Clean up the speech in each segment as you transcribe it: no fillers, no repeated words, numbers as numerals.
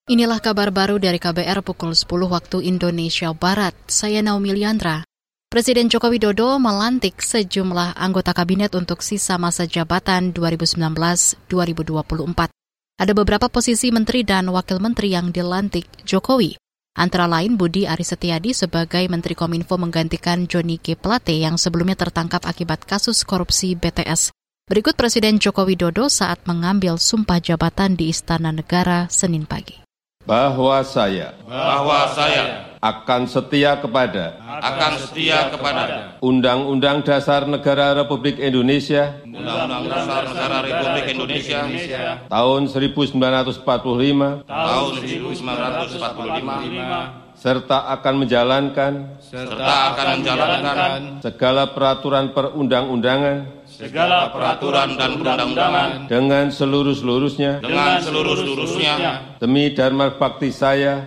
Inilah kabar baru dari KBR pukul 10 waktu Indonesia Barat. Saya Naomi Liandra. Presiden Joko Widodo melantik sejumlah anggota kabinet untuk sisa masa jabatan 2019-2024. Ada beberapa posisi menteri dan wakil menteri yang dilantik Jokowi. Antara lain Budi Aris Setiadi sebagai Menteri Kominfo menggantikan Johnny G. Plate yang sebelumnya tertangkap akibat kasus korupsi BTS. Berikut Presiden Joko Widodo saat mengambil sumpah jabatan di Istana Negara Senin pagi. Bahwa saya akan setia kepada Undang-Undang Dasar Negara Republik Indonesia tahun 1945 serta akan menjalankan segala peraturan perundang-undangan dengan seluruh-seluruhnya demi dharma bakti saya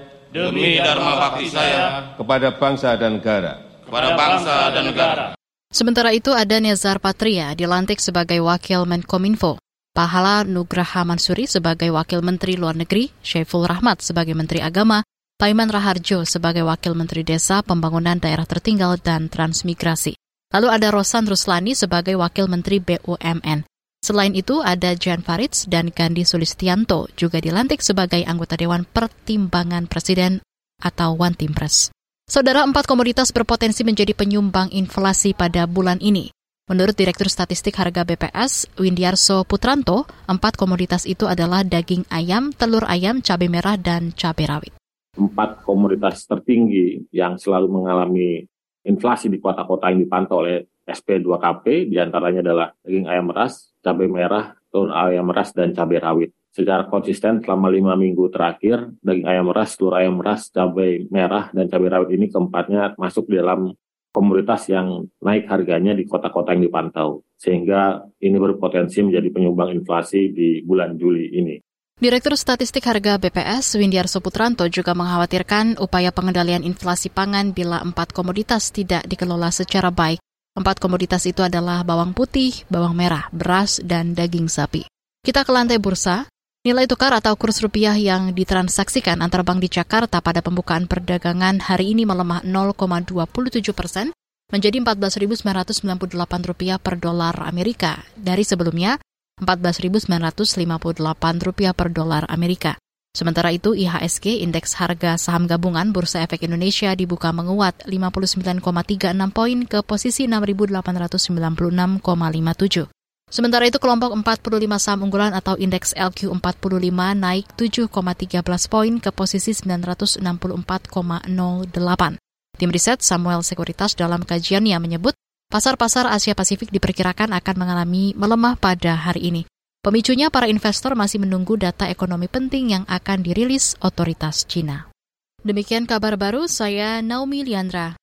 kepada bangsa dan negara. Sementara itu ada Nezar Patria dilantik sebagai Wakil Menkominfo, Pahala Nugraha Mansuri sebagai Wakil Menteri Luar Negeri, Syaiful Rahmat sebagai Menteri Agama, Paiman Raharjo sebagai Wakil Menteri Desa, Pembangunan Daerah Tertinggal dan Transmigrasi. Lalu ada Rosan Ruslani sebagai Wakil Menteri BUMN. Selain itu ada Jan Faridz dan Gandhi Sulistianto juga dilantik sebagai anggota Dewan Pertimbangan Presiden atau One Team Press. Saudara, 4 komoditas berpotensi menjadi penyumbang inflasi pada bulan ini. Menurut Direktur Statistik Harga BPS, Windiarso Putranto, 4 komoditas itu adalah daging ayam, telur ayam, cabai merah, dan cabai rawit. 4 komoditas tertinggi yang selalu mengalami inflasi di kota-kota yang dipantau oleh SP2KP, diantaranya adalah daging ayam meras, cabai merah, telur ayam meras, dan cabai rawit. Secara konsisten selama 5 minggu terakhir, daging ayam meras, telur ayam meras, cabai merah, dan cabai rawit ini keempatnya masuk dalam komoditas yang naik harganya di kota-kota yang dipantau. Sehingga ini berpotensi menjadi penyumbang inflasi di bulan Juli ini. Direktur Statistik Harga BPS, Windiarso Putranto juga mengkhawatirkan upaya pengendalian inflasi pangan bila 4 komoditas tidak dikelola secara baik. 4 komoditas itu adalah bawang putih, bawang merah, beras, dan daging sapi. Kita ke lantai bursa. Nilai tukar atau kurs rupiah yang ditransaksikan antar bank di Jakarta pada pembukaan perdagangan hari ini melemah 0,27% menjadi Rp14.998 per dolar Amerika dari sebelumnya Rp14.958 per dolar Amerika. Sementara itu, IHSG, Indeks Harga Saham Gabungan Bursa Efek Indonesia dibuka menguat 59,36 poin ke posisi 6.896,57. Sementara itu, kelompok 45 saham unggulan atau Indeks LQ45 naik 7,13 poin ke posisi 964,08. Tim riset Samuel Sekuritas dalam kajiannya menyebut, pasar-pasar Asia Pasifik diperkirakan akan mengalami melemah pada hari ini. Pemicunya para investor masih menunggu data ekonomi penting yang akan dirilis otoritas Cina. Demikian kabar baru, saya Naomi Liandra.